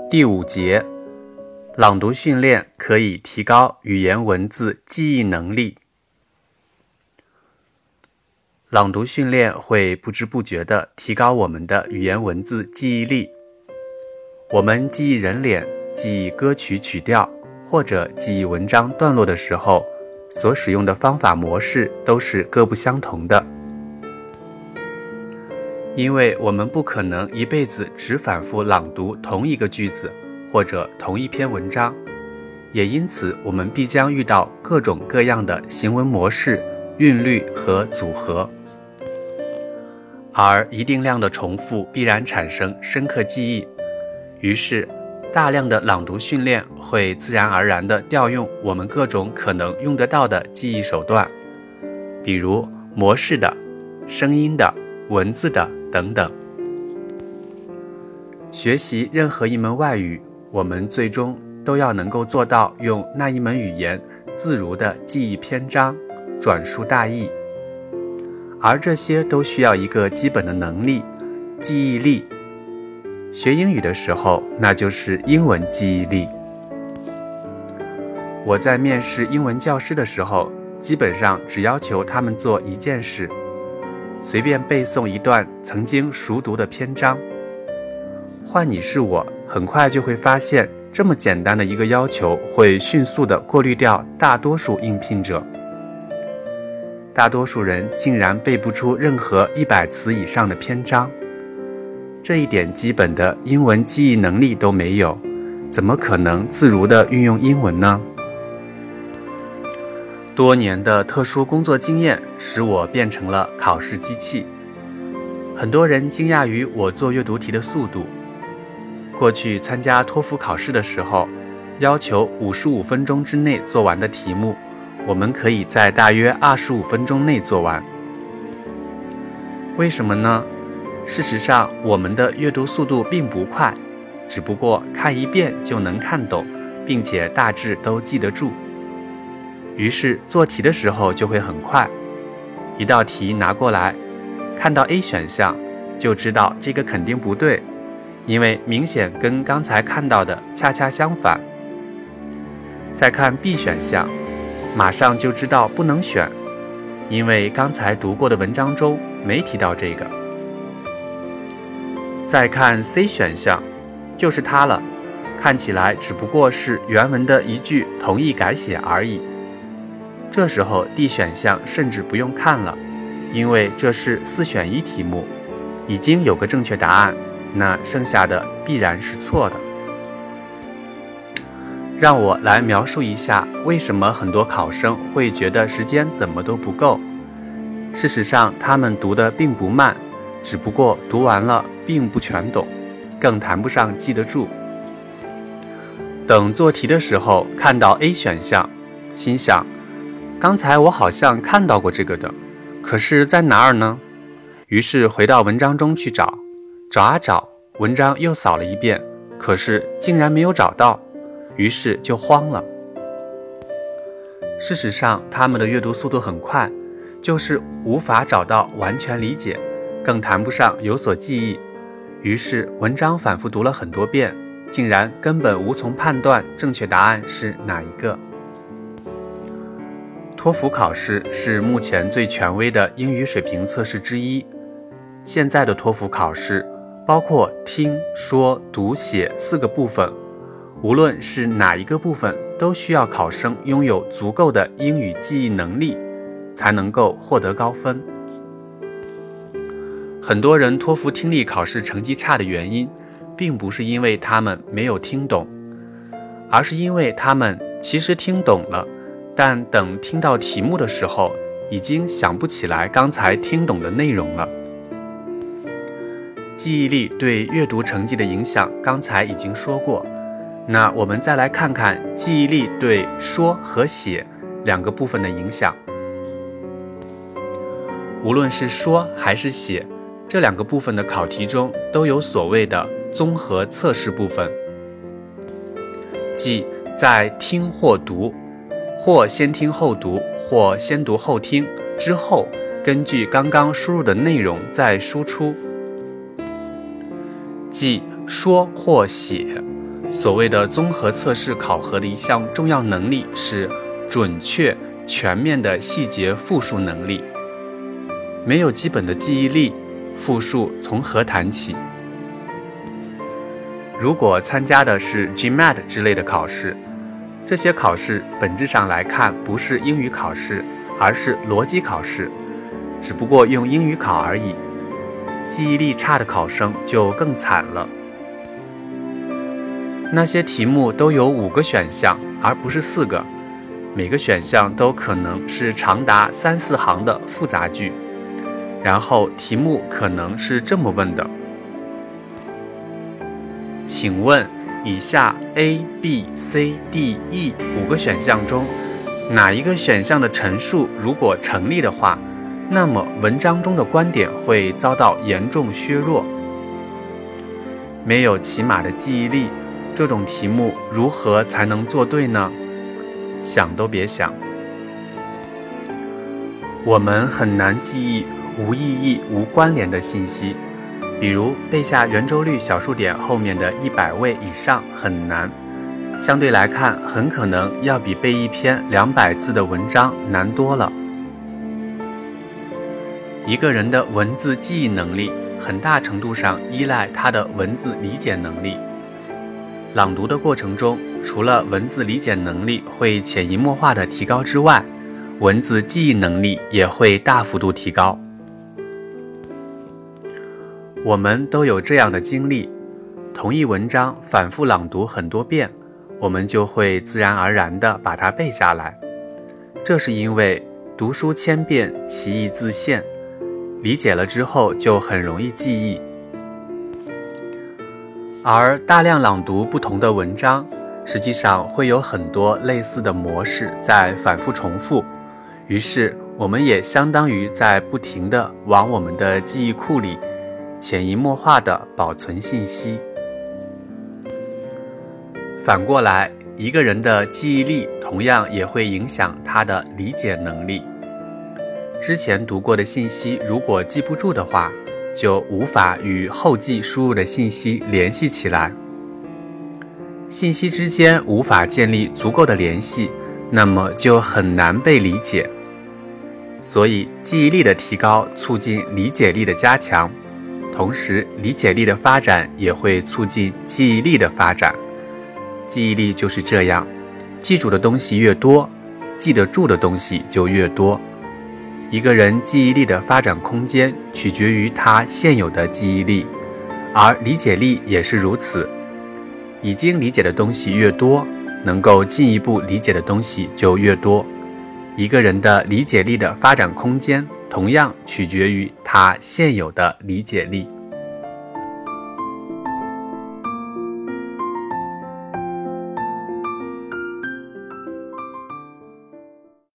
第5节，朗读训练可以提高语言文字记忆能力。朗读训练会不知不觉地提高我们的语言文字记忆力。我们记忆人脸、记忆歌曲曲调或者记忆文章段落的时候，所使用的方法模式都是各不相同的。因为我们不可能一辈子只反复朗读同一个句子或者同一篇文章，也因此我们必将遇到各种各样的行文模式、韵律和组合，而一定量的重复必然产生深刻记忆。于是大量的朗读训练会自然而然地调用我们各种可能用得到的记忆手段，比如模式的、声音的、文字的等等。学习任何一门外语，我们最终都要能够做到用那一门语言自如地记忆篇章、转述大意，而这些都需要一个基本的能力——记忆力。学英语的时候，那就是英文记忆力。我在面试英文教师的时候，基本上只要求他们做一件事，随便背诵一段曾经熟读的篇章。换你是我，很快就会发现，这么简单的一个要求会迅速地过滤掉大多数应聘者。大多数人竟然背不出任何100词以上的篇章，这一点基本的英文记忆能力都没有，怎么可能自如地运用英文呢？多年的特殊工作经验使我变成了考试机器。很多人惊讶于我做阅读题的速度。过去参加托福考试的时候，要求55分钟之内做完的题目，我们可以在大约25分钟内做完。为什么呢？事实上，我们的阅读速度并不快，只不过看一遍就能看懂，并且大致都记得住。于是做题的时候就会很快，一道题拿过来，看到 A 选项就知道这个肯定不对，因为明显跟刚才看到的恰恰相反。再看 B 选项，马上就知道不能选，因为刚才读过的文章中没提到这个。再看 C 选项，就是它了，看起来只不过是原文的一句同意改写而已。这时候 D 选项甚至不用看了，因为这是4选1题目，已经有个正确答案，那剩下的必然是错的。让我来描述一下为什么很多考生会觉得时间怎么都不够。事实上，他们读得并不慢，只不过读完了并不全懂，更谈不上记得住。等做题的时候看到 A 选项，心想，刚才我好像看到过这个的，可是在哪儿呢？于是回到文章中去找，找啊找，文章又扫了一遍，可是竟然没有找到，于是就慌了。事实上，他们的阅读速度很快，就是无法找到完全理解，更谈不上有所记忆，于是文章反复读了很多遍，竟然根本无从判断正确答案是哪一个。托福考试是目前最权威的英语水平测试之一。现在的托福考试包括听、说、读、写4个部分，无论是哪一个部分，都需要考生拥有足够的英语记忆能力，才能够获得高分。很多人托福听力考试成绩差的原因，并不是因为他们没有听懂，而是因为他们其实听懂了，但等听到题目的时候，已经想不起来刚才听懂的内容了。记忆力对阅读成绩的影响，刚才已经说过。那我们再来看看记忆力对说和写2个部分的影响。无论是说还是写，这2个部分的考题中都有所谓的综合测试部分，即在听或读，或先听后读，或先读后听之后，根据刚刚输入的内容再输出。即说或写所谓的综合测试考核的一项重要能力是准确、全面的细节复述能力。没有基本的记忆力，复述从何谈起？如果参加的是 GMAT 之类的考试，这些考试本质上来看不是英语考试，而是逻辑考试，只不过用英语考而已。记忆力差的考生就更惨了。那些题目都有5个选项，而不是4个，每个选项都可能是长达3-4行的复杂句。然后题目可能是这么问的：请问以下 A、B、C、D、E 5个选项中，哪一个选项的陈述如果成立的话，那么文章中的观点会遭到严重削弱。没有起码的记忆力，这种题目如何才能做对呢？想都别想。我们很难记忆无意义、无关联的信息，比如背下圆周率小数点后面的100位以上很难，相对来看很可能要比背一篇200字的文章难多了。一个人的文字记忆能力很大程度上依赖他的文字理解能力。朗读的过程中，除了文字理解能力会潜移默化地提高之外，文字记忆能力也会大幅度提高。我们都有这样的经历，同一文章反复朗读很多遍，我们就会自然而然地把它背下来。这是因为读书千遍，其义自现，理解了之后就很容易记忆。而大量朗读不同的文章，实际上会有很多类似的模式在反复重复，于是我们也相当于在不停地往我们的记忆库里潜移默化地保存信息。反过来，一个人的记忆力同样也会影响他的理解能力。之前读过的信息如果记不住的话，就无法与后继输入的信息联系起来。信息之间无法建立足够的联系，那么就很难被理解。所以记忆力的提高促进理解力的加强，同时理解力的发展也会促进记忆力的发展。记忆力就是这样，记住的东西越多，记得住的东西就越多。一个人记忆力的发展空间取决于他现有的记忆力，而理解力也是如此。已经理解的东西越多，能够进一步理解的东西就越多。一个人的理解力的发展空间同样取决于他现有的理解力。